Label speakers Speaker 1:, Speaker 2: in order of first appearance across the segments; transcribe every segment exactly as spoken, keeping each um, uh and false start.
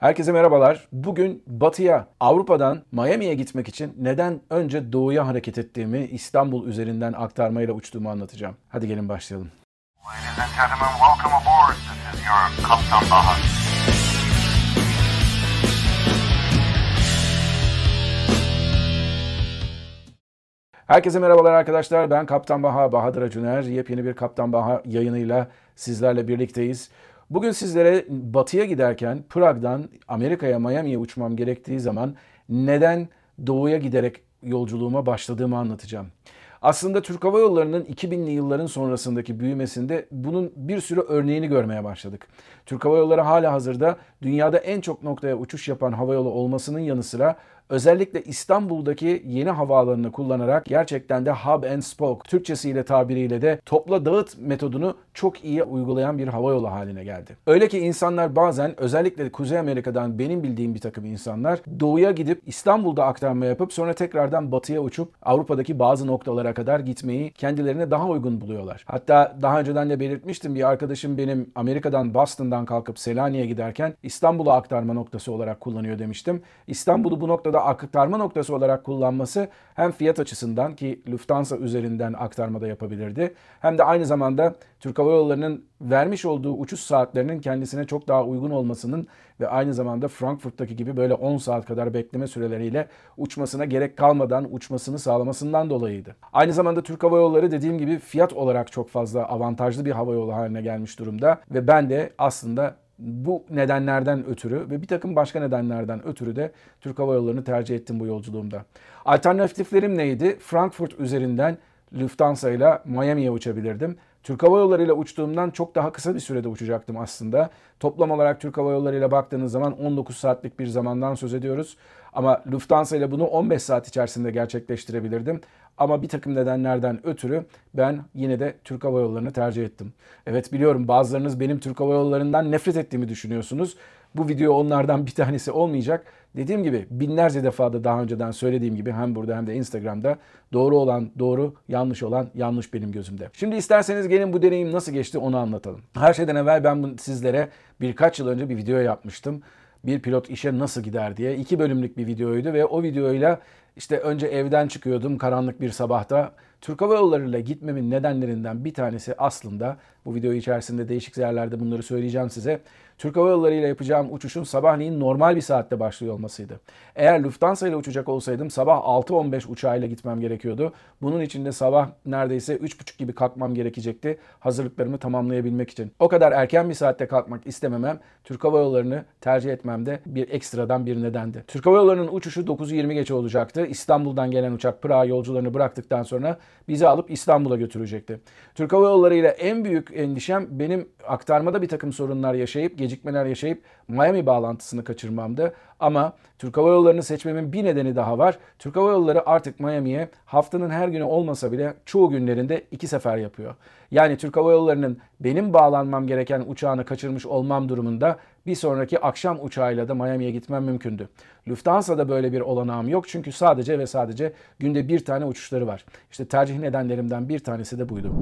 Speaker 1: Herkese merhabalar. Bugün batıya, Avrupa'dan Miami'ye gitmek için neden önce doğuya hareket ettiğimi İstanbul üzerinden aktarmayla uçtuğumu anlatacağım. Hadi gelin başlayalım.
Speaker 2: Ladies and gentlemen, welcome aboard. This is your Kaptan Baha.
Speaker 1: Herkese merhabalar arkadaşlar. Ben Kaptan Baha, Bahadır Acuner. Yepyeni bir Kaptan Baha yayınıyla sizlerle birlikteyiz. Bugün sizlere batıya giderken Prag'dan Amerika'ya, Miami'ye uçmam gerektiği zaman neden doğuya giderek yolculuğuma başladığımı anlatacağım. Aslında Türk Hava Yolları'nın iki binli yılların sonrasındaki büyümesinde bunun bir sürü örneğini görmeye başladık. Türk Hava Yolları hala hazırda dünyada en çok noktaya uçuş yapan havayolu olmasının yanı sıra özellikle İstanbul'daki yeni havaalanını kullanarak gerçekten de hub and spoke, Türkçesiyle tabiriyle de topla dağıt metodunu çok iyi uygulayan bir havayolu haline geldi. Öyle ki insanlar bazen özellikle Kuzey Amerika'dan benim bildiğim bir takım insanlar doğuya gidip İstanbul'da aktarma yapıp sonra tekrardan batıya uçup Avrupa'daki bazı noktalara kadar gitmeyi kendilerine daha uygun buluyorlar. Hatta daha önceden de belirtmiştim, bir arkadaşım benim Amerika'dan Boston'dan kalkıp Selanik'e giderken İstanbul'a aktarma noktası olarak kullanıyor demiştim. İstanbul'u bu noktada aktarma noktası olarak kullanması hem fiyat açısından ki Lufthansa üzerinden aktarmada yapabilirdi hem de aynı zamanda Türk Hava Yolları'nın vermiş olduğu uçuş saatlerinin kendisine çok daha uygun olmasının ve aynı zamanda Frankfurt'taki gibi böyle on saat kadar bekleme süreleriyle uçmasına gerek kalmadan uçmasını sağlamasından dolayıydı. Aynı zamanda Türk Hava Yolları dediğim gibi fiyat olarak çok fazla avantajlı bir havayolu haline gelmiş durumda ve ben de aslında bu nedenlerden ötürü ve bir takım başka nedenlerden ötürü de Türk Hava Yolları'nı tercih ettim bu yolculuğumda. Alternatiflerim neydi? Frankfurt üzerinden Lufthansa ile Miami'ye uçabilirdim. Türk Hava Yolları ile uçtuğumdan çok daha kısa bir sürede uçacaktım aslında. Toplam olarak Türk Hava Yolları ile baktığınız zaman on dokuz saatlik bir zamandan söz ediyoruz. Ama Lufthansa ile bunu on beş saat içerisinde gerçekleştirebilirdim. Ama bir takım nedenlerden ötürü ben yine de Türk Hava Yolları'nı tercih ettim. Evet, biliyorum bazılarınız benim Türk Hava Yolları'ndan nefret ettiğimi düşünüyorsunuz. Bu video onlardan bir tanesi olmayacak. Dediğim gibi binlerce defa da daha önceden söylediğim gibi hem burada hem de Instagram'da doğru olan doğru, yanlış olan yanlış benim gözümde. Şimdi isterseniz gelin bu deneyim nasıl geçti onu anlatalım. Her şeyden evvel ben sizlere birkaç yıl önce bir video yapmıştım. Bir pilot işe nasıl gider diye. İki bölümlük bir videoydu ve o videoyla işte önce evden çıkıyordum karanlık bir sabahta. Türk Hava Yolları ile gitmemin nedenlerinden bir tanesi aslında, bu video içerisinde değişik yerlerde bunları söyleyeceğim size, Türk Hava Yolları ile yapacağım uçuşun sabahleyin normal bir saatte başlıyor olmasıydı. Eğer Lufthansa ile uçacak olsaydım sabah altı on beş uçağıyla gitmem gerekiyordu. Bunun için de sabah neredeyse üç buçuk gibi kalkmam gerekecekti hazırlıklarımı tamamlayabilmek için. O kadar erken bir saatte kalkmak istememem Türk Hava Yolları'nı tercih etmemde bir ekstradan bir nedendi. Türk Hava Yolları'nın uçuşu dokuzu yirmi geçe olacaktı. İstanbul'dan gelen uçak Prag'a yolcularını bıraktıktan sonra bizi alıp İstanbul'a götürecekti. Türk Hava Yolları ile en büyük endişem benim aktarmada bir takım sorunlar yaşayıp, gecikmeler yaşayıp Miami bağlantısını kaçırmamdı. Ama Türk Hava Yolları'nı seçmemin bir nedeni daha var. Türk Hava Yolları artık Miami'ye haftanın her günü olmasa bile çoğu günlerinde iki sefer yapıyor. Yani Türk Hava Yolları'nın benim bağlanmam gereken uçağını kaçırmış olmam durumunda bir sonraki akşam uçağıyla da Miami'ye gitmem mümkündü. Lufthansa'da böyle bir olanağım yok çünkü sadece ve sadece günde bir tane uçuşları var. İşte tercih nedenlerimden bir tanesi de buydu.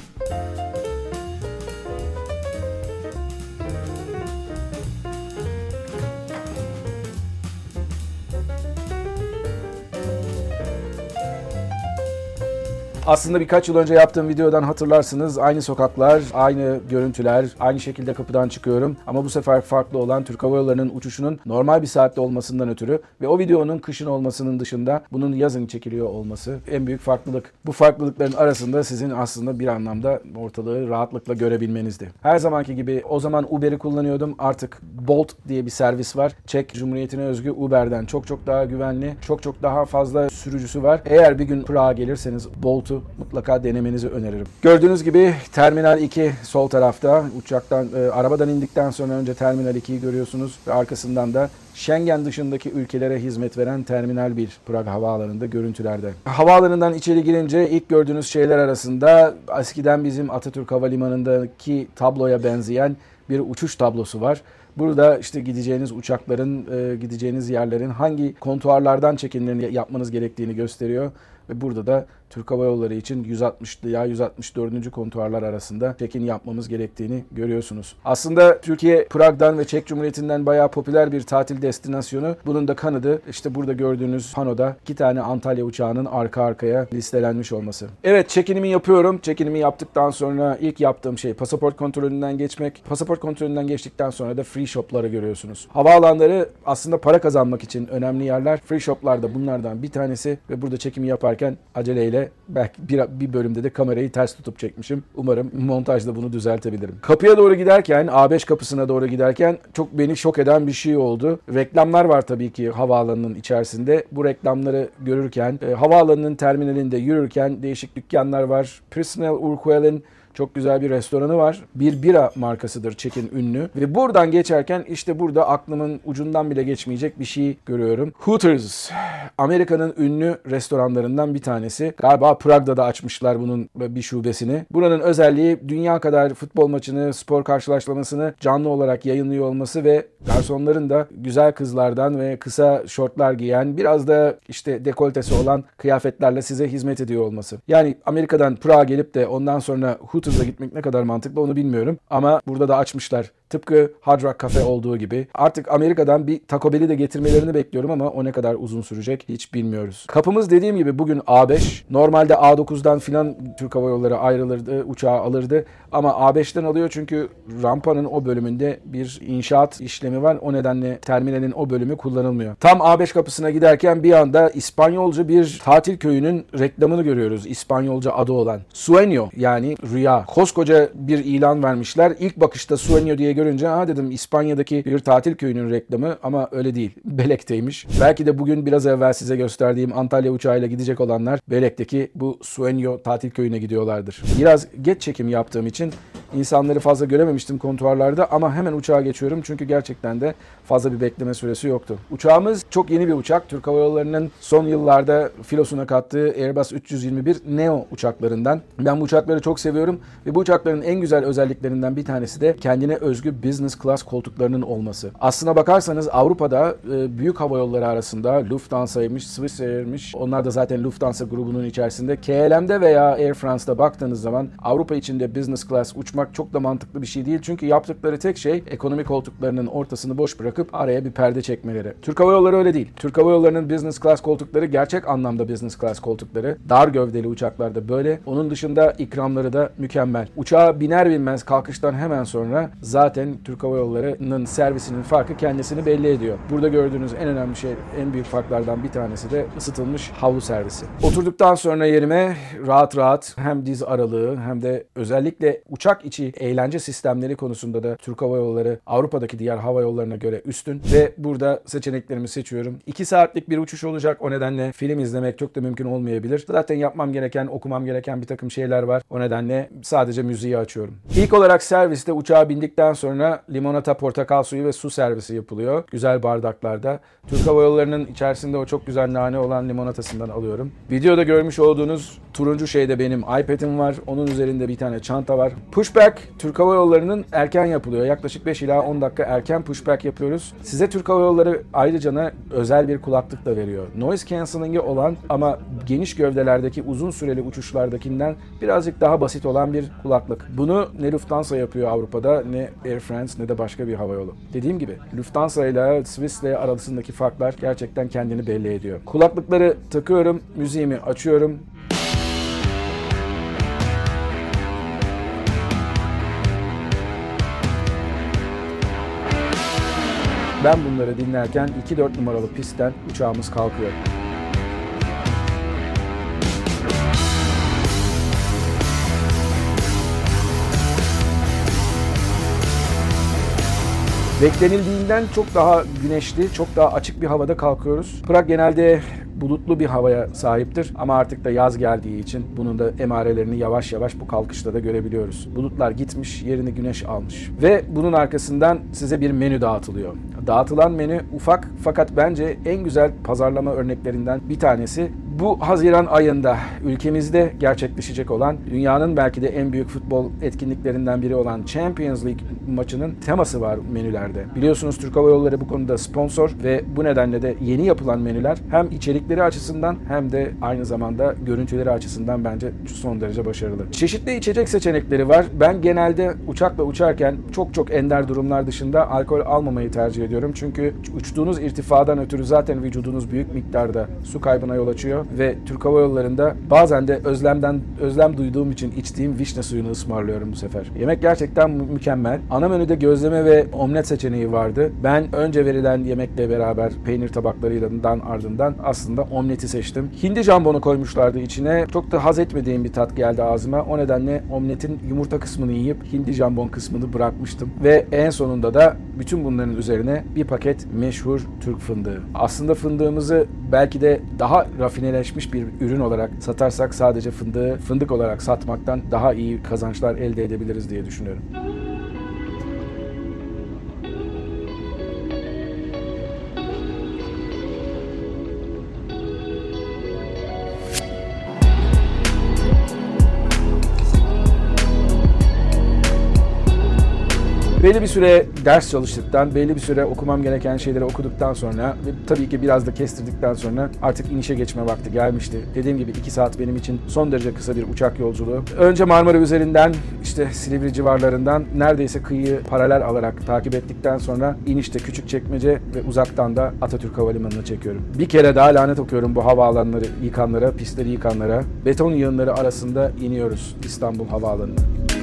Speaker 1: Aslında birkaç yıl önce yaptığım videodan hatırlarsınız. Aynı sokaklar, aynı görüntüler, aynı şekilde kapıdan çıkıyorum. Ama bu sefer farklı olan Türk Hava Yolları'nın uçuşunun normal bir saatte olmasından ötürü ve o videonun kışın olmasının dışında bunun yazın çekiliyor olması en büyük farklılık. Bu farklılıkların arasında sizin aslında bir anlamda ortalığı rahatlıkla görebilmenizdi. Her zamanki gibi o zaman Uber'i kullanıyordum. Artık Bolt diye bir servis var. Çek Cumhuriyeti'ne özgü Uber'den çok çok daha güvenli, çok çok daha fazla sürücüsü var. Eğer bir gün Prag'a gelirseniz Bolt'u mutlaka denemenizi öneririm. Gördüğünüz gibi Terminal iki sol tarafta. Uçaktan, e, arabadan indikten sonra önce Terminal ikiyi görüyorsunuz ve arkasından da Schengen dışındaki ülkelere hizmet veren Terminal bir Prag Havaalanı'nda görüntülerde. Havaalanından içeri girince ilk gördüğünüz şeyler arasında eskiden bizim Atatürk Havalimanı'ndaki tabloya benzeyen bir uçuş tablosu var. Burada işte gideceğiniz uçakların, gideceğiniz yerlerin hangi kontuarlardan çekimlerini yapmanız gerektiğini gösteriyor. ve burada da Türk Hava Yolları için yüz altmış veya yüz altmış dördüncü kontuarlar arasında check-in yapmamız gerektiğini görüyorsunuz. Aslında Türkiye, Prag'dan ve Çek Cumhuriyeti'nden bayağı popüler bir tatil destinasyonu. Bunun da kanıdı işte burada gördüğünüz panoda iki tane Antalya uçağının arka arkaya listelenmiş olması. Evet, check-in'imi yapıyorum. Check-in'imi yaptıktan sonra ilk yaptığım şey pasaport kontrolünden geçmek. Pasaport kontrolünden geçtikten sonra da free shop'ları görüyorsunuz. Havaalanları aslında para kazanmak için önemli yerler. Free shop'lar da bunlardan bir tanesi ve burada çekimi yaparken aceleyle belki bir, bir bölümde de kamerayı ters tutup çekmişim. Umarım montajda bunu düzeltebilirim. Kapıya doğru giderken, A beş kapısına doğru giderken çok beni şok eden bir şey oldu. Reklamlar var tabii ki havaalanının içerisinde. Bu reklamları görürken, e, havaalanının terminalinde yürürken değişik dükkanlar var. Personal Urquell'in çok güzel bir restoranı var. Bir bira markasıdır Çek'in ünlü. Ve buradan geçerken işte burada aklımın ucundan bile geçmeyecek bir şey görüyorum. Hooters, Amerika'nın ünlü restoranlarından bir tanesi. Galiba Prag'da da açmışlar bunun bir şubesini. Buranın özelliği dünya kadar futbol maçını, spor karşılaşmasını canlı olarak yayınlıyor olması ve garsonların da güzel kızlardan ve kısa şortlar giyen, biraz da işte dekoltesi olan kıyafetlerle size hizmet ediyor olması. Yani Amerika'dan Prag'a gelip de ondan sonra Hooters'a gitmek ne kadar mantıklı onu bilmiyorum. Ama burada da açmışlar. Tıpkı Hard Rock Cafe olduğu gibi. Artık Amerika'dan bir Taco Bell'i de getirmelerini bekliyorum ama o ne kadar uzun sürecek hiç bilmiyoruz. Kapımız dediğim gibi bugün A beş. Normalde A dokuzdan filan Türk Hava Yolları ayrılırdı, uçağı alırdı. Ama A beşten alıyor çünkü rampanın o bölümünde bir inşaat işlemi var. O nedenle terminalin o bölümü kullanılmıyor. Tam A beş kapısına giderken bir anda İspanyolca bir tatil köyünün reklamını görüyoruz. İspanyolca adı olan. Sueño, yani rüya. Koskoca bir ilan vermişler. İlk bakışta Sueño diye görünce ha dedim İspanya'daki bir tatil köyünün reklamı ama öyle değil. Belek'teymiş. Belki de bugün biraz evvel size gösterdiğim Antalya uçağıyla gidecek olanlar Belek'teki bu Sueño tatil köyüne gidiyorlardır. Biraz geç çekim yaptığım için insanları fazla görememiştim kontuarlarda ama hemen uçağa geçiyorum çünkü gerçekten de fazla bir bekleme süresi yoktu. Uçağımız çok yeni bir uçak. Türk Hava Yolları'nın son yıllarda filosuna kattığı Airbus üç yüz yirmi bir neo uçaklarından. Ben bu uçakları çok seviyorum ve bu uçakların en güzel özelliklerinden bir tanesi de kendine özgü business class koltuklarının olması. Aslına bakarsanız Avrupa'da e, büyük hava yolları arasında Lufthansa'ymış, Swissair'miş. Onlar da zaten Lufthansa grubunun içerisinde. K L M'de veya Air France'da baktığınız zaman Avrupa içinde business class uçmak çok da mantıklı bir şey değil. Çünkü yaptıkları tek şey ekonomi koltuklarının ortasını boş bırakıp araya bir perde çekmeleri. Türk Hava Yolları öyle değil. Türk Hava Yolları'nın business class koltukları gerçek anlamda business class koltukları. Dar gövdeli uçaklarda böyle. Onun dışında ikramları da mükemmel. Uçağa biner binmez kalkıştan hemen sonra zaten Türk Hava Yolları'nın servisinin farkı kendisini belli ediyor. Burada gördüğünüz en önemli şey, en büyük farklardan bir tanesi de ısıtılmış havlu servisi. Oturduktan sonra yerime rahat rahat hem diz aralığı hem de özellikle uçak içi eğlence sistemleri konusunda da Türk Hava Yolları Avrupa'daki diğer hava yollarına göre üstün ve burada seçeneklerimi seçiyorum. iki saatlik bir uçuş olacak. O nedenle film izlemek çok da mümkün olmayabilir. Zaten yapmam gereken, okumam gereken bir takım şeyler var. O nedenle sadece müziği açıyorum. İlk olarak serviste uçağa bindikten sonra limonata, portakal suyu ve su servisi yapılıyor. Güzel bardaklarda. Türk Hava Yolları'nın içerisinde o çok güzel nane olan limonatasından alıyorum. Videoda görmüş olduğunuz turuncu şeyde benim iPad'im var. Onun üzerinde bir tane çanta var. Pushback Türk Hava Yolları'nın erken yapılıyor. Yaklaşık beş ila on dakika erken pushback yapıyoruz. Size Türk Hava Yolları ayrıca özel bir kulaklık da veriyor. Noise cancelling'i olan ama geniş gövdelerdeki uzun süreli uçuşlardakinden birazcık daha basit olan bir kulaklık. Bunu ne Lufthansa yapıyor Avrupa'da, ne Air France, ne de başka bir havayolu. Dediğim gibi Lufthansa ile Swiss ile arasındaki farklar gerçekten kendini belli ediyor. Kulaklıkları takıyorum, müziğimi açıyorum. Ben bunları dinlerken iki dört numaralı pistten uçağımız kalkıyor. Beklenildiğinden çok daha güneşli, çok daha açık bir havada kalkıyoruz. Prag genelde bulutlu bir havaya sahiptir ama artık da yaz geldiği için bunun da emarelerini yavaş yavaş bu kalkışta da görebiliyoruz. Bulutlar gitmiş, yerini güneş almış. Ve bunun arkasından size bir menü dağıtılıyor. Dağıtılan menü ufak fakat bence en güzel pazarlama örneklerinden bir tanesi. Bu Haziran ayında ülkemizde gerçekleşecek olan dünyanın belki de en büyük futbol etkinliklerinden biri olan Champions League maçının teması var menülerde. Biliyorsunuz Türk Hava Yolları bu konuda sponsor ve bu nedenle de yeni yapılan menüler hem içerikleri açısından hem de aynı zamanda görüntüleri açısından bence son derece başarılı. Çeşitli içecek seçenekleri var. Ben genelde uçakla uçarken çok çok ender durumlar dışında alkol almamayı tercih ediyorum. Çünkü uçtuğunuz irtifadan ötürü zaten vücudunuz büyük miktarda su kaybına yol açıyor ve Türk Hava Yolları'nda bazen de özlemden özlem duyduğum için içtiğim vişne suyunu ısmarlıyorum bu sefer. Yemek gerçekten mükemmel. Ana menüde gözleme ve omlet seçeneği vardı. Ben önce verilen yemekle beraber peynir tabaklarından ardından aslında omleti seçtim. Hindi jambonu koymuşlardı içine. Çok da haz etmediğim bir tat geldi ağzıma. O nedenle omletin yumurta kısmını yiyip hindi jambon kısmını bırakmıştım. Ve en sonunda da bütün bunların üzerine bir paket meşhur Türk fındığı. Aslında fındığımızı belki de daha rafineleşmiş bir ürün olarak satarsak sadece fındığı fındık olarak satmaktan daha iyi kazançlar elde edebiliriz diye düşünüyorum. Belli bir süre ders çalıştıktan, belli bir süre okumam gereken şeyleri okuduktan sonra ve tabii ki biraz da kestirdikten sonra artık inişe geçme vakti gelmişti. Dediğim gibi iki saat benim için son derece kısa bir uçak yolculuğu. Önce Marmara üzerinden işte Silivri civarlarından neredeyse kıyıyı paralel alarak takip ettikten sonra inişte Küçükçekmece ve uzaktan da Atatürk Havalimanı'na çekiyorum. Bir kere daha lanet okuyorum bu havaalanları yıkanlara, pistleri yıkanlara. Beton yığınları arasında iniyoruz İstanbul Havaalanı'na.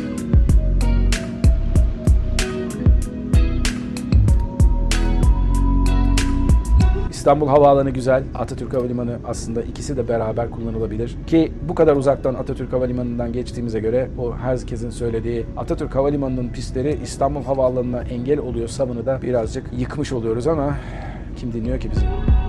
Speaker 1: İstanbul Havaalanı güzel, Atatürk Havalimanı aslında ikisi de beraber kullanılabilir. Ki bu kadar uzaktan Atatürk Havalimanı'ndan geçtiğimize göre o herkesin söylediği Atatürk Havalimanı'nın pistleri İstanbul Havaalanı'na engel oluyor savını da birazcık yıkmış oluyoruz ama kim dinliyor ki bizi?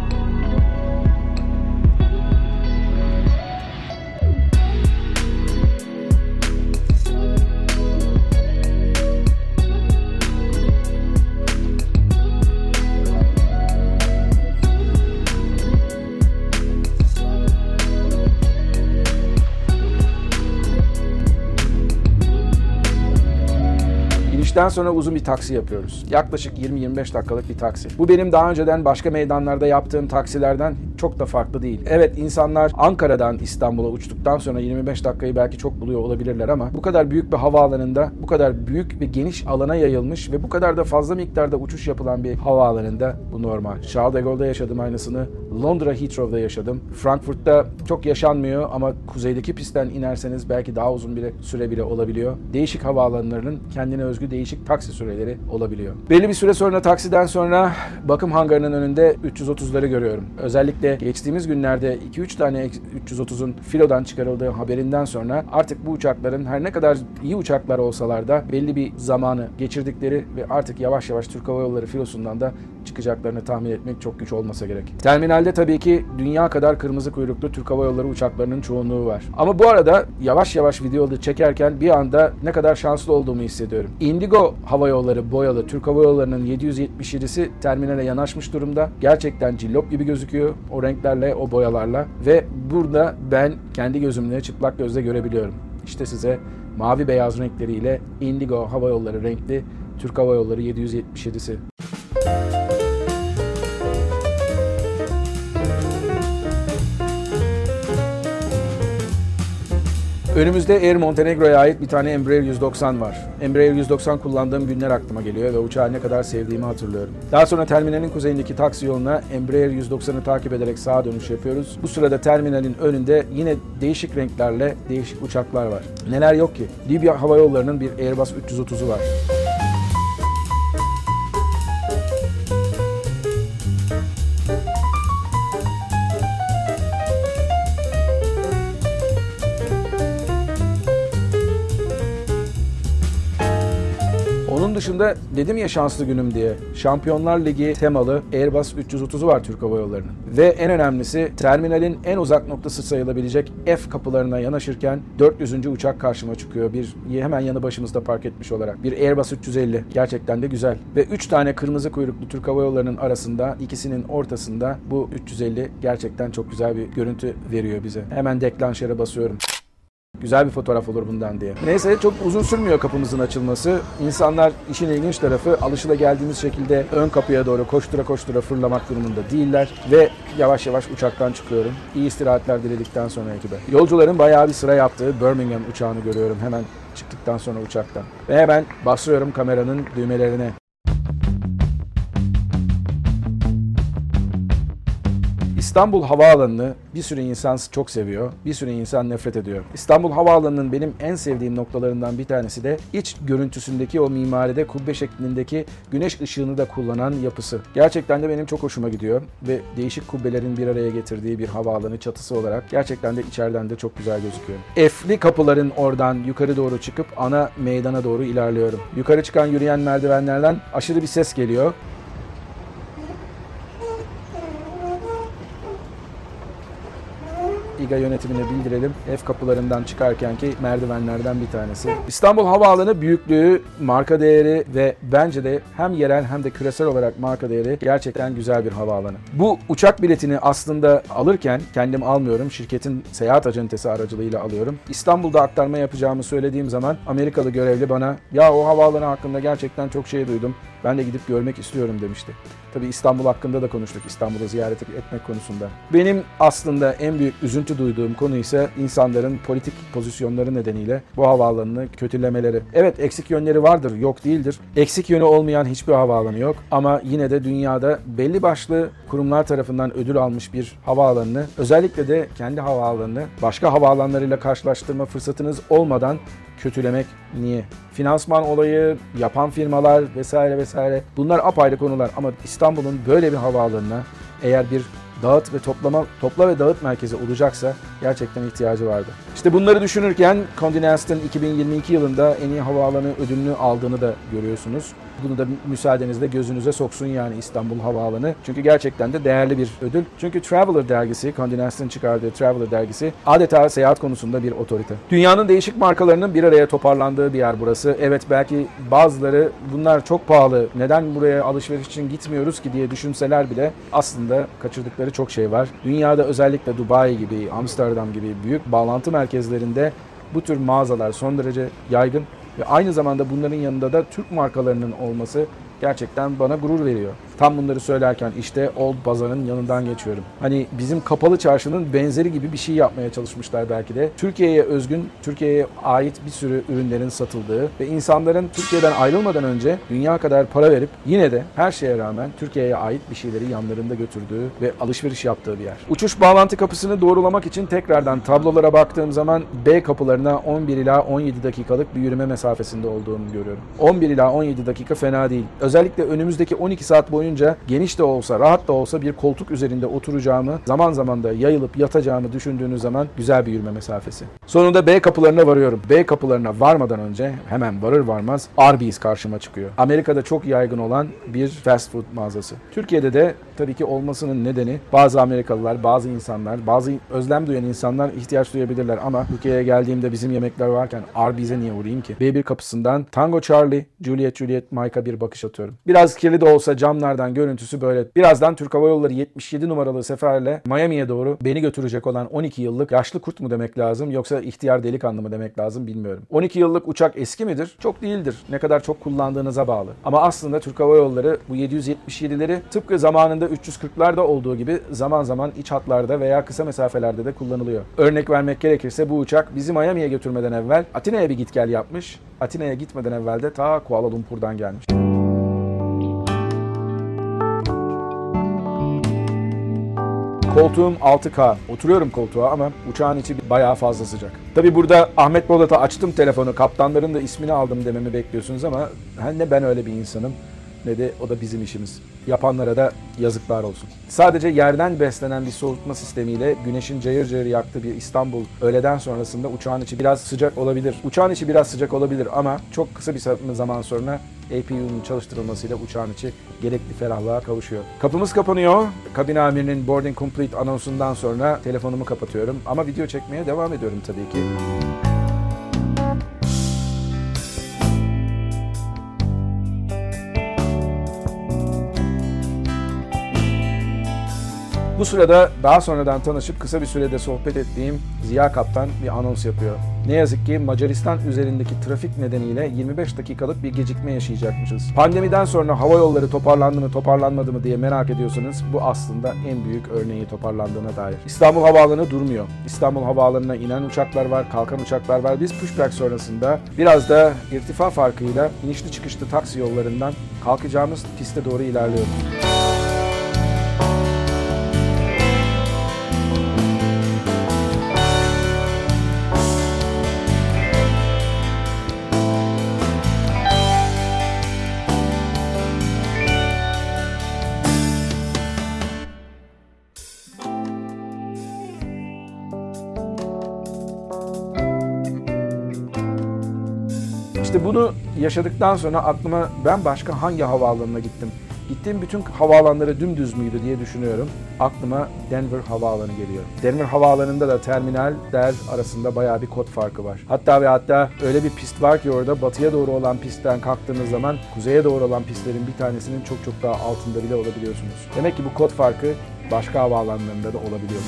Speaker 1: İşten sonra uzun bir taksi yapıyoruz. Yaklaşık yirmi yirmi beş dakikalık bir taksi. Bu benim daha önceden başka meydanlarda yaptığım taksilerden çok da farklı değil. Evet, insanlar Ankara'dan İstanbul'a uçtuktan sonra yirmi beş dakikayı belki çok buluyor olabilirler ama bu kadar büyük bir havaalanında, bu kadar büyük ve geniş alana yayılmış ve bu kadar da fazla miktarda uçuş yapılan bir havaalanında bu normal. Charles de Gaulle'da yaşadım aynısını. Londra Heathrow'da yaşadım. Frankfurt'ta çok yaşanmıyor ama kuzeydeki pistten inerseniz belki daha uzun bir süre bile olabiliyor. Değişik havaalanlarının kendine özgü değişik taksi süreleri olabiliyor. Belli bir süre sonra taksiden sonra bakım hangarının önünde üç yüz otuzları görüyorum. Özellikle geçtiğimiz günlerde iki üç tane üç yüz otuzun filodan çıkarıldığı haberinden sonra artık bu uçakların her ne kadar iyi uçaklar olsalar da belli bir zamanı geçirdikleri ve artık yavaş yavaş Türk Hava Yolları filosundan da çıkacaklarını tahmin etmek çok güç olmasa gerek. Terminalde tabii ki dünya kadar kırmızı kuyruklu Türk Hava Yolları uçaklarının çoğunluğu var. Ama bu arada yavaş yavaş videoda çekerken bir anda ne kadar şanslı olduğumu hissediyorum. Indigo Hava Yolları boyalı Türk Hava Yolları'nın yedi yüz yetmiş yedisi terminale yanaşmış durumda. Gerçekten cillop gibi gözüküyor o renklerle, o boyalarla ve burada ben kendi gözümle çıplak gözle görebiliyorum. İşte size mavi beyaz renkleriyle Indigo Hava Yolları renkli Türk Hava Yolları yedi yüz yetmiş yedisi. Önümüzde Air Montenegro'ya ait bir tane Embraer yüz doksan var. Embraer yüz doksan kullandığım günler aklıma geliyor ve uçağı ne kadar sevdiğimi hatırlıyorum. Daha sonra terminalin kuzeyindeki taksi yoluna Embraer yüz doksanı takip ederek sağa dönüş yapıyoruz. Bu sırada terminalin önünde yine değişik renklerle değişik uçaklar var. Neler yok ki? Libya Hava Yolları'nın bir Airbus üç yüz otuzu var. dışında dedim ya şanslı günüm diye. Şampiyonlar Ligi temalı Airbus üç yüz otuzu var Türk Hava Yolları'nın. Ve en önemlisi terminalin en uzak noktası sayılabilecek F kapılarına yanaşırken dört yüzüncü uçak karşıma çıkıyor. Bir hemen yanı başımızda park etmiş olarak. Bir Airbus üç yüz elli. Gerçekten de güzel. Ve üç tane kırmızı kuyruklu Türk Hava Yolları'nın arasında, ikisinin ortasında bu üç yüz elli gerçekten çok güzel bir görüntü veriyor bize. Hemen deklanşere basıyorum. Güzel bir fotoğraf olur bundan diye. Neyse çok uzun sürmüyor kapımızın açılması. İnsanlar işin ilginç tarafı alışılageldiğimiz şekilde ön kapıya doğru koştura koştura fırlamak durumunda değiller. Ve yavaş yavaş uçaktan çıkıyorum. İyi istirahatler diledikten sonra ekibe. Yolcuların bayağı bir sıra yaptığı Birmingham uçağını görüyorum hemen çıktıktan sonra uçaktan. Ve hemen basıyorum kameranın düğmelerine. İstanbul Havaalanı'nı bir sürü insan çok seviyor, bir sürü insan nefret ediyor. İstanbul Havaalanı'nın benim en sevdiğim noktalarından bir tanesi de iç görüntüsündeki o mimaride kubbe şeklindeki güneş ışığını da kullanan yapısı. Gerçekten de benim çok hoşuma gidiyor ve değişik kubbelerin bir araya getirdiği bir havaalanı çatısı olarak gerçekten de içeriden de çok güzel gözüküyor. F'li kapıların oradan yukarı doğru çıkıp ana meydana doğru ilerliyorum. Yukarı çıkan yürüyen merdivenlerden aşırı bir ses geliyor. İ G A yönetimine bildirelim. F kapılarından çıkarkenki merdivenlerden bir tanesi. İstanbul Havaalanı büyüklüğü, marka değeri ve bence de hem yerel hem de küresel olarak marka değeri gerçekten güzel bir havaalanı. Bu uçak biletini aslında alırken kendim almıyorum. Şirketin seyahat acentesi aracılığıyla alıyorum. İstanbul'da aktarma yapacağımı söylediğim zaman Amerikalı görevli bana ya o havaalanı hakkında gerçekten çok şey duydum. Ben de gidip görmek istiyorum demişti. Tabii İstanbul hakkında da konuştuk. İstanbul'u ziyaret etmek konusunda. Benim aslında en büyük üzüntü duyduğum konu ise insanların politik pozisyonları nedeniyle bu havaalanını kötülemeleri. Evet eksik yönleri vardır, yok değildir. Eksik yönü olmayan hiçbir havaalanı yok. Ama yine de dünyada belli başlı kurumlar tarafından ödül almış bir havaalanını, özellikle de kendi havaalanını başka havaalanlarıyla karşılaştırma fırsatınız olmadan kötülemek niye? Finansman olayı, yapan firmalar vesaire vesaire bunlar apayrı konular ama İstanbul'un böyle bir havaalanına eğer bir dağıt ve toplama, topla ve dağıt merkezi olacaksa gerçekten ihtiyacı vardı. İşte bunları düşünürken Condé Nast'ın iki bin yirmi iki yılında en iyi havaalanı ödülünü aldığını da görüyorsunuz. Bunu da müsaadenizle gözünüze soksun yani İstanbul Havaalanı. Çünkü gerçekten de değerli bir ödül. Çünkü Traveler dergisi, Condé Nast'ın çıkardığı Traveler dergisi adeta seyahat konusunda bir otorite. Dünyanın değişik markalarının bir araya toparlandığı bir yer burası. Evet belki bazıları bunlar çok pahalı, neden buraya alışveriş için gitmiyoruz ki diye düşünseler bile aslında kaçırdıkları çok şey var. Dünyada özellikle Dubai gibi, Amsterdam gibi büyük bağlantı merkezlerinde bu tür mağazalar son derece yaygın. Ve aynı zamanda bunların yanında da Türk markalarının olması gerçekten bana gurur veriyor. Tam bunları söylerken işte Old Bazar'ın yanından geçiyorum. Hani bizim kapalı çarşının benzeri gibi bir şey yapmaya çalışmışlar belki de. Türkiye'ye özgün, Türkiye'ye ait bir sürü ürünlerin satıldığı ve insanların Türkiye'den ayrılmadan önce dünya kadar para verip yine de her şeye rağmen Türkiye'ye ait bir şeyleri yanlarında götürdüğü ve alışveriş yaptığı bir yer. Uçuş bağlantı kapısını doğrulamak için tekrardan tablolara baktığım zaman B kapılarına on bir ila on yedi dakikalık bir yürüme mesafesinde olduğunu görüyorum. on bir ila on yedi dakika fena değil. Özellikle önümüzdeki on iki saat boyunca geniş de olsa, rahat da olsa bir koltuk üzerinde oturacağımı, zaman zaman da yayılıp yatacağımı düşündüğünüz zaman güzel bir yürüme mesafesi. Sonunda B kapılarına varıyorum. B kapılarına varmadan önce hemen varır varmaz Arby's karşıma çıkıyor. Amerika'da çok yaygın olan bir fast food mağazası. Türkiye'de de tabii ki olmasının nedeni bazı Amerikalılar, bazı insanlar, bazı özlem duyan insanlar ihtiyaç duyabilirler ama Türkiye'ye geldiğimde bizim yemekler varken Arby's'e niye uğrayayım ki? B bir kapısından Tango Charlie, Juliet Juliet Mike'a bir bakış atıyorum. Biraz kirli de olsa camlardan görüntüsü böyle. Birazdan Türk Hava Yolları yetmiş yedi numaralı seferle Miami'ye doğru beni götürecek olan on iki yıllık yaşlı kurt mu demek lazım yoksa ihtiyar delikanlı mı demek lazım bilmiyorum. on iki yıllık uçak eski midir? Çok değildir. Ne kadar çok kullandığınıza bağlı. Ama aslında Türk Hava Yolları bu yedi yüz yetmiş yedileri tıpkı zamanında üç yüz kırklarda olduğu gibi zaman zaman iç hatlarda veya kısa mesafelerde de kullanılıyor. Örnek vermek gerekirse bu uçak bizi Miami'ye götürmeden evvel Atina'ya bir git gel yapmış. Atina'ya gitmeden evvel de ta Kuala Lumpur'dan gelmiş. Koltuğum altı K. Oturuyorum koltuğa ama uçağın içi bayağı fazla sıcak. Tabi burada Ahmet Polat'a açtım telefonu, kaptanların da ismini aldım dememi bekliyorsunuz ama ne ben öyle bir insanım ne de o da bizim işimiz. Yapanlara da yazıklar olsun. Sadece yerden beslenen bir soğutma sistemiyle güneşin cayır cayır yaktığı bir İstanbul öğleden sonrasında uçağın içi biraz sıcak olabilir. Uçağın içi biraz sıcak olabilir ama çok kısa bir zaman sonra A P U'nun çalıştırılmasıyla uçağın içi gerekli ferahlığa kavuşuyor. Kapımız kapanıyor. Kabin amirinin boarding complete anonsundan sonra telefonumu kapatıyorum. Ama video çekmeye devam ediyorum tabii ki. Bu sırada daha sonradan tanışıp kısa bir sürede sohbet ettiğim Ziya Kaptan bir anons yapıyor. Ne yazık ki Macaristan üzerindeki trafik nedeniyle yirmi beş dakikalık bir gecikme yaşayacakmışız. Pandemiden sonra hava yolları toparlandı mı toparlanmadı mı diye merak ediyorsanız bu aslında en büyük örneği toparlandığına dair. İstanbul Havaalanı durmuyor. İstanbul Havaalanı'na inen uçaklar var, kalkan uçaklar var. Biz pushback sonrasında biraz da irtifa farkıyla inişli çıkışlı taksi yollarından kalkacağımız piste doğru ilerliyoruz. İşte bunu yaşadıktan sonra aklıma ben başka hangi havaalanına gittim? Gittiğim bütün havaalanları dümdüz müydü diye düşünüyorum. Aklıma Denver Havaalanı geliyor. Denver Havaalanı'nda da terminal der arasında bayağı bir kod farkı var. Hatta ve hatta öyle bir pist var ki orada batıya doğru olan pistten kalktığınız zaman kuzeye doğru olan pistlerin bir tanesinin çok çok daha altında bile olabiliyorsunuz. Demek ki bu kod farkı başka havaalanlarında da olabiliyor.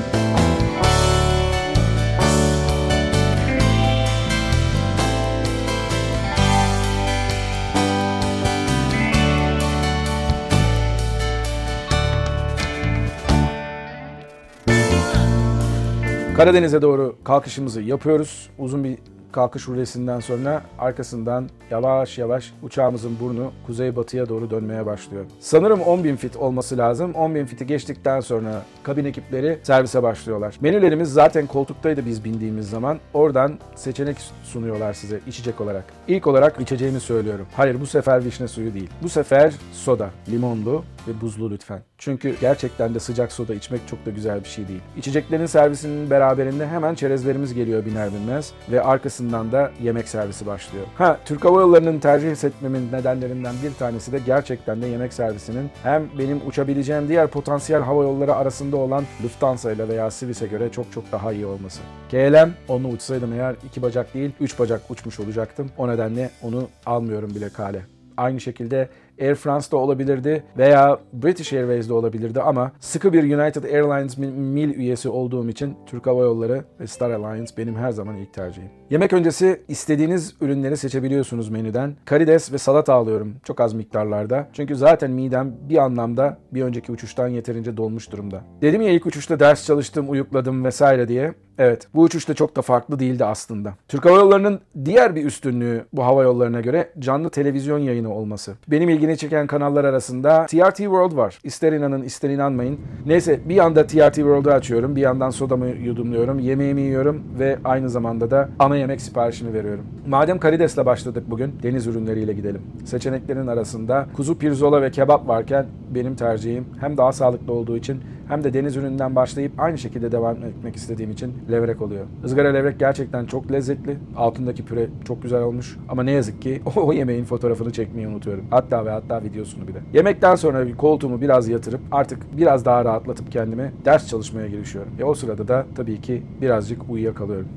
Speaker 1: Karadeniz'e doğru kalkışımızı yapıyoruz. Uzun bir kalkış rulesinden sonra arkasından yavaş yavaş uçağımızın burnu kuzeybatıya doğru dönmeye başlıyor. Sanırım on bin fit olması lazım. on bin fiti geçtikten sonra kabin ekipleri servise başlıyorlar. Menülerimiz zaten koltuktaydı biz bindiğimiz zaman. Oradan seçenek sunuyorlar size içecek olarak. İlk olarak içeceğimi söylüyorum. Hayır, bu sefer vişne suyu değil. Bu sefer soda, limonlu ve buzlu lütfen. Çünkü gerçekten de sıcak soda içmek çok da güzel bir şey değil. İçeceklerin servisinin beraberinde hemen çerezlerimiz geliyor biner binmez ve arkasından da yemek servisi başlıyor. Ha, Türk Hava Yolları'nın tercih etmemin nedenlerinden bir tanesi de gerçekten de yemek servisinin hem benim uçabileceğim diğer potansiyel hava yolları arasında olan Lufthansa ile veya Swiss'e göre çok çok daha iyi olması. K L M, onunla uçsaydım eğer iki bacak değil üç bacak uçmuş olacaktım. O nedenle onu almıyorum bile kale. Aynı şekilde Air France'da olabilirdi veya British Airways'de olabilirdi ama sıkı bir United Airlines mil üyesi olduğum için Türk Hava Yolları ve Star Alliance benim her zaman ilk tercihim. Yemek öncesi istediğiniz ürünleri seçebiliyorsunuz menüden. Karides ve salata alıyorum çok az miktarlarda. Çünkü zaten midem bir anlamda bir önceki uçuştan yeterince dolmuş durumda. Dedim ya ilk uçuşta ders çalıştım, uyukladım vesaire diye. Evet, bu uçuş da çok da farklı değildi aslında. Türk Hava Yolları'nın diğer bir üstünlüğü bu hava yollarına göre canlı televizyon yayını olması. Benim ilgimi çeken kanallar arasında T R T World var. İster inanın ister inanmayın. Neyse bir yanda T R T World'u açıyorum, bir yandan sodamı yudumluyorum, yemeğimi yiyorum ve aynı zamanda da ana yemek siparişini veriyorum. Madem karidesle başladık bugün, deniz ürünleriyle gidelim. Seçeneklerin arasında kuzu pirzola ve kebap varken benim tercihim hem daha sağlıklı olduğu için hem de deniz ürününden başlayıp aynı şekilde devam etmek istediğim için levrek oluyor. Izgara levrek gerçekten çok lezzetli. Altındaki püre çok güzel olmuş. Ama ne yazık ki o yemeğin fotoğrafını çekmeyi unutuyorum. Hatta ve hatta videosunu bile. Yemekten sonra bir koltuğumu biraz yatırıp artık biraz daha rahatlatıp kendimi ders çalışmaya girişiyorum. Ve o sırada da tabii ki birazcık uyuyakalıyorum.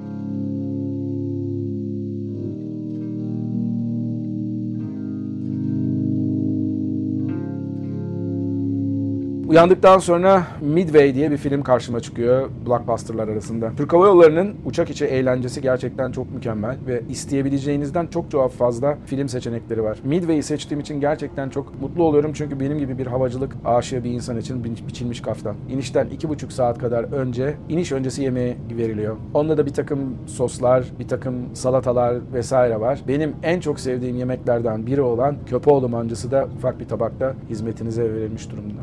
Speaker 1: Uyandıktan sonra Midway diye bir film karşıma çıkıyor blockbusterlar arasında. Türk Hava Yolları'nın uçak içi eğlencesi gerçekten çok mükemmel ve isteyebileceğinizden çok çok fazla film seçenekleri var. Midway'i seçtiğim için gerçekten çok mutlu oluyorum çünkü benim gibi bir havacılık aşığı bir insan için biçilmiş kaftan. İnişten iki buçuk saat kadar önce iniş öncesi yemeği veriliyor. Onda da bir takım soslar, bir takım salatalar vesaire var. Benim en çok sevdiğim yemeklerden biri olan Köpoğlu mancısı da ufak bir tabakta hizmetinize verilmiş durumda. Rahmetli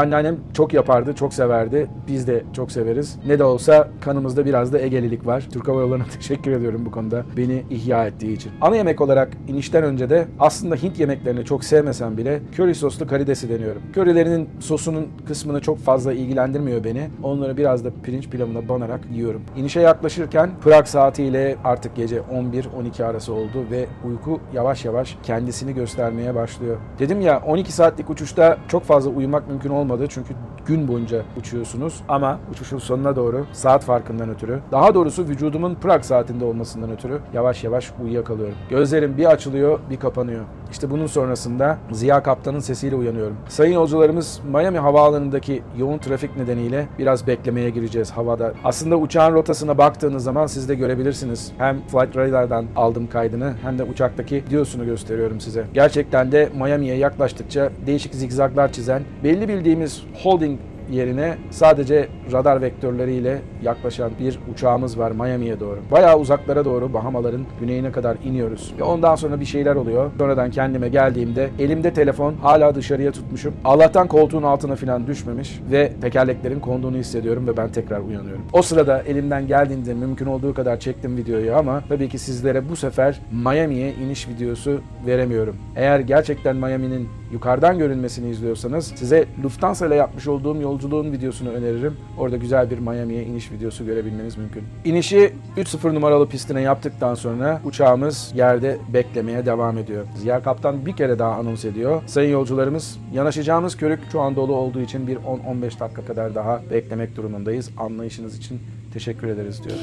Speaker 1: anneannem çok yapardı, çok severdi. Biz de çok severiz. Ne de olsa kanımızda biraz da Egelilik var. Türk Hava Yolları'na teşekkür ediyorum bu konuda beni ihya ettiği için. Ana yemek olarak inişten önce de aslında Hint yemeklerini çok sevmesem bile köri soslu karidesi deniyorum. Körilerinin sosunun kısmını çok fazla ilgilendirmiyor beni. Onları biraz da pirinç pilavına banarak yiyorum. İnişe yaklaşırken Prag saatiyle artık gece on bir on iki arası oldu ve uyku yavaş yavaş kendisini göstermeye başlıyor. Dedim ya on iki saatlik uçuşta çok fazla uyumak mümkün olmadı çünkü gün boyunca uçuyorsunuz ama uçuşun sonuna doğru saat farkından ötürü, daha doğrusu vücudumun Prag saatinde olmasından ötürü yavaş yavaş uyuyakalıyorum. Gözlerim bir açılıyor, bir kapanıyor. İşte bunun sonrasında Ziya Kaptan'ın sesiyle uyanıyorum. Sayın yolcularımız, Miami havaalanındaki yoğun trafik nedeniyle biraz beklemeye gireceğiz havada. Aslında uçağın rotasına baktığınız zaman siz de görebilirsiniz. Hem Flight Radar'dan aldım kaydını hem de uçaktaki videosunu gösteriyorum size. Gerçekten de Miami'ye yaklaştıkça değişik zigzaglar çizen, belli bildiğimiz holding yerine sadece radar vektörleriyle yaklaşan bir uçağımız var Miami'ye doğru. Bayağı uzaklara doğru Bahamaların güneyine kadar iniyoruz. Ve ondan sonra bir şeyler oluyor. Sonradan kendime geldiğimde elimde telefon hala dışarıya tutmuşum. Allah'tan koltuğun altına falan düşmemiş ve tekerleklerin konduğunu hissediyorum ve ben tekrar uyanıyorum. O sırada elimden geldiğinde mümkün olduğu kadar çektim videoyu ama tabii ki sizlere bu sefer Miami'ye iniş videosu veremiyorum. Eğer gerçekten Miami'nin yukarıdan görünmesini izliyorsanız size Lufthansa ile yapmış olduğum yolculuğun videosunu öneririm. Orada güzel bir Miami'ye iniş videosu görebilmeniz mümkün. İnişi üç sıfır numaralı pistine yaptıktan sonra uçağımız yerde beklemeye devam ediyor. Ziya Kaptan bir kere daha anons ediyor. Sayın yolcularımız, yanaşacağımız körük şu an dolu olduğu için bir on on beş dakika kadar daha beklemek durumundayız. Anlayışınız için teşekkür ederiz diyor.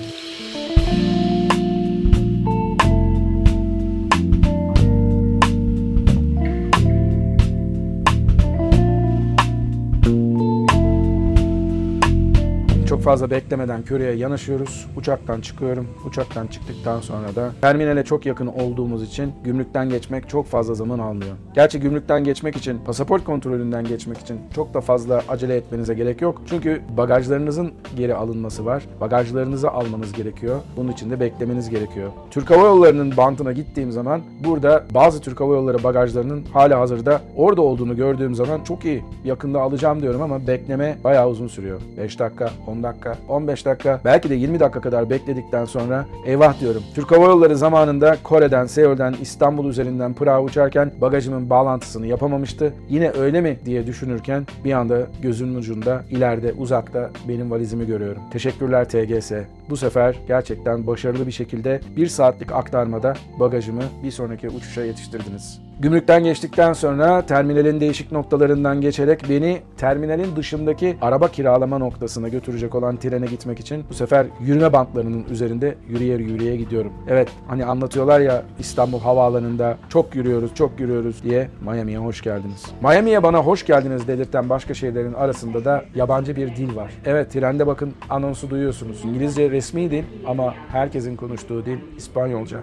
Speaker 1: Çok fazla beklemeden köreye yanaşıyoruz. Uçaktan çıkıyorum. Uçaktan çıktıktan sonra da terminale çok yakın olduğumuz için gümrükten geçmek çok fazla zaman almıyor. Gerçi gümrükten geçmek için, pasaport kontrolünden geçmek için çok da fazla acele etmenize gerek yok. Çünkü bagajlarınızın geri alınması var. Bagajlarınızı almanız gerekiyor. Bunun için de beklemeniz gerekiyor. Türk Hava Yolları'nın bantına gittiğim zaman burada bazı Türk Hava Yolları bagajlarının hala hazırda orada olduğunu gördüğüm zaman çok iyi. Yakında alacağım diyorum ama bekleme bayağı uzun sürüyor. beş dakika, on dakika, on beş dakika, belki de yirmi dakika kadar bekledikten sonra eyvah diyorum. Türk Hava Yolları zamanında Kore'den, Seul'den, İstanbul üzerinden Prag'a uçarken bagajımın bağlantısını yapamamıştı. Yine öyle mi diye düşünürken bir anda gözümün ucunda, ileride, uzakta benim valizimi görüyorum. Teşekkürler T G S. Bu sefer gerçekten başarılı bir şekilde bir saatlik aktarmada bagajımı bir sonraki uçuşa yetiştirdiniz. Gümrükten geçtikten sonra terminalin değişik noktalarından geçerek beni terminalin dışındaki araba kiralama noktasına götürecek olan trene gitmek için bu sefer yürüme bantlarının üzerinde yürüye yürüye gidiyorum. Evet, hani anlatıyorlar ya İstanbul Havaalanı'nda çok yürüyoruz, çok yürüyoruz diye. Miami'ye hoş geldiniz. Miami'ye bana hoş geldiniz dedirten başka şeylerin arasında da yabancı bir dil var. Evet, trende bakın anonsu duyuyorsunuz. İngilizce resmi dil ama herkesin konuştuğu dil İspanyolca.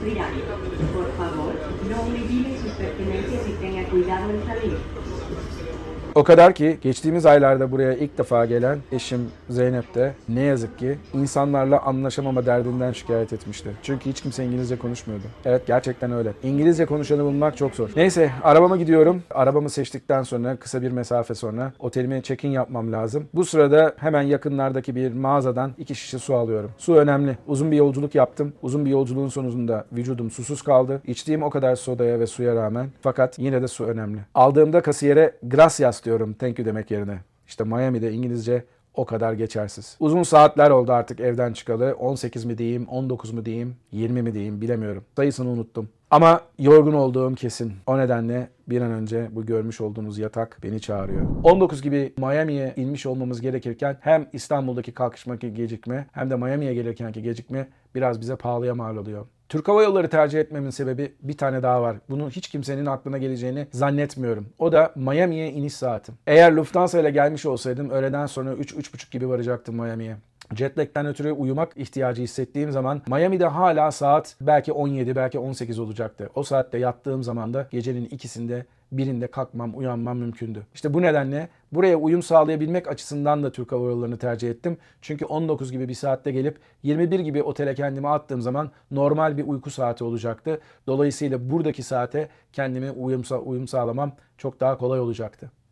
Speaker 1: O kadar ki geçtiğimiz aylarda buraya ilk defa gelen eşim Zeynep de ne yazık ki insanlarla anlaşamama derdinden şikayet etmişti. Çünkü hiç kimse İngilizce konuşmuyordu. Evet, gerçekten öyle. İngilizce konuşanı bulmak çok zor. Neyse, arabama gidiyorum. Arabamı seçtikten sonra kısa bir mesafe sonra otelime check-in yapmam lazım. Bu sırada hemen yakınlardaki bir mağazadan iki şişe su alıyorum. Su önemli. Uzun bir yolculuk yaptım. Uzun bir yolculuğun sonunda vücudum susuz kaldı. İçtiğim o kadar sodaya ve suya rağmen. Fakat yine de su önemli. Aldığımda kasiyere gracias diyorum thank you demek yerine. İşte Miami'de İngilizce o kadar geçersiz. Uzun saatler oldu artık evden çıkalı. on sekiz mi diyeyim, on dokuz mu diyeyim, yirmi mi diyeyim bilemiyorum. Sayısını unuttum. Ama yorgun olduğum kesin. O nedenle bir an önce bu görmüş olduğunuz yatak beni çağırıyor. on dokuz gibi Miami'ye inmiş olmamız gerekirken hem İstanbul'daki kalkışmaki gecikme hem de Miami'ye gelirkenki gecikme biraz bize pahalıya mal oluyor. Türk Hava Yolları tercih etmemin sebebi bir tane daha var. Bunu hiç kimsenin aklına geleceğini zannetmiyorum. O da Miami'ye iniş saatim. Eğer Lufthansa ile gelmiş olsaydım öğleden sonra üç üç buçuk gibi varacaktım Miami'ye. Jetlag'den ötürü uyumak ihtiyacı hissettiğim zaman Miami'de hala saat belki on yedi, belki on sekiz olacaktı. O saatte yattığım zaman da gecenin ikisinde birinde kalkmam, uyanmam mümkündü. İşte bu nedenle buraya uyum sağlayabilmek açısından da Türk Hava Yolları'nı tercih ettim. Çünkü on dokuz gibi bir saatte gelip yirmi bir gibi otele kendimi attığım zaman normal bir uyku saati olacaktı. Dolayısıyla buradaki saate kendime uyum, uyum sağlamam çok daha kolay olacaktı.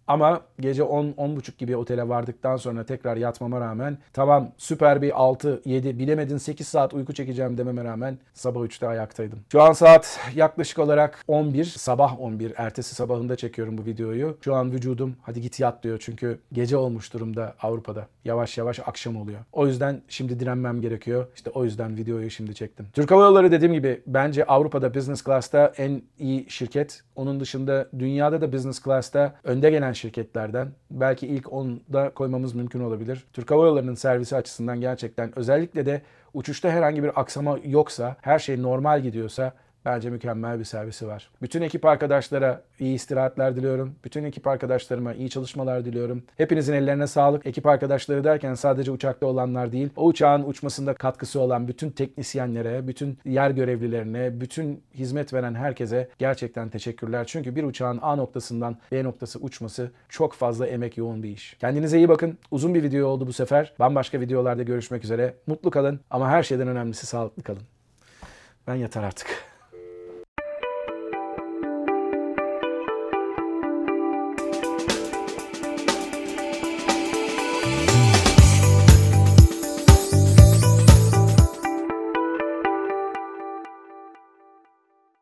Speaker 1: Ama gece on on buçuk gibi otele vardıktan sonra tekrar yatmama rağmen tamam süper bir altı yedi bilemedin sekiz saat uyku çekeceğim dememe rağmen sabah üçte ayaktaydım. Şu an saat yaklaşık olarak on bir, sabah on bir, ertesi sabahında çekiyorum bu videoyu. Şu an vücudum hadi git yat diyor çünkü gece olmuş durumda Avrupa'da. Yavaş yavaş akşam oluyor. O yüzden şimdi direnmem gerekiyor. İşte o yüzden videoyu şimdi çektim. Türk Hava Yolları dediğim gibi bence Avrupa'da business class'ta en iyi şirket. Onun dışında dünyada da business class'ta önde gelen şirketlerden. Belki ilk onda koymamız mümkün olabilir. Türk Hava Yolları'nın servisi açısından gerçekten özellikle de uçuşta herhangi bir aksama yoksa, her şey normal gidiyorsa bence mükemmel bir servisi var. Bütün ekip arkadaşlara iyi istirahatler diliyorum. Bütün ekip arkadaşlarıma iyi çalışmalar diliyorum. Hepinizin ellerine sağlık. Ekip arkadaşları derken sadece uçakta olanlar değil, o uçağın uçmasında katkısı olan bütün teknisyenlere, bütün yer görevlilerine, bütün hizmet veren herkese gerçekten teşekkürler. Çünkü bir uçağın A noktasından B noktası uçması çok fazla emek yoğun bir iş. Kendinize iyi bakın. Uzun bir video oldu bu sefer. Bambaşka videolarda görüşmek üzere. Mutlu kalın ama her şeyden önemlisi sağlıklı kalın. Ben yatar artık.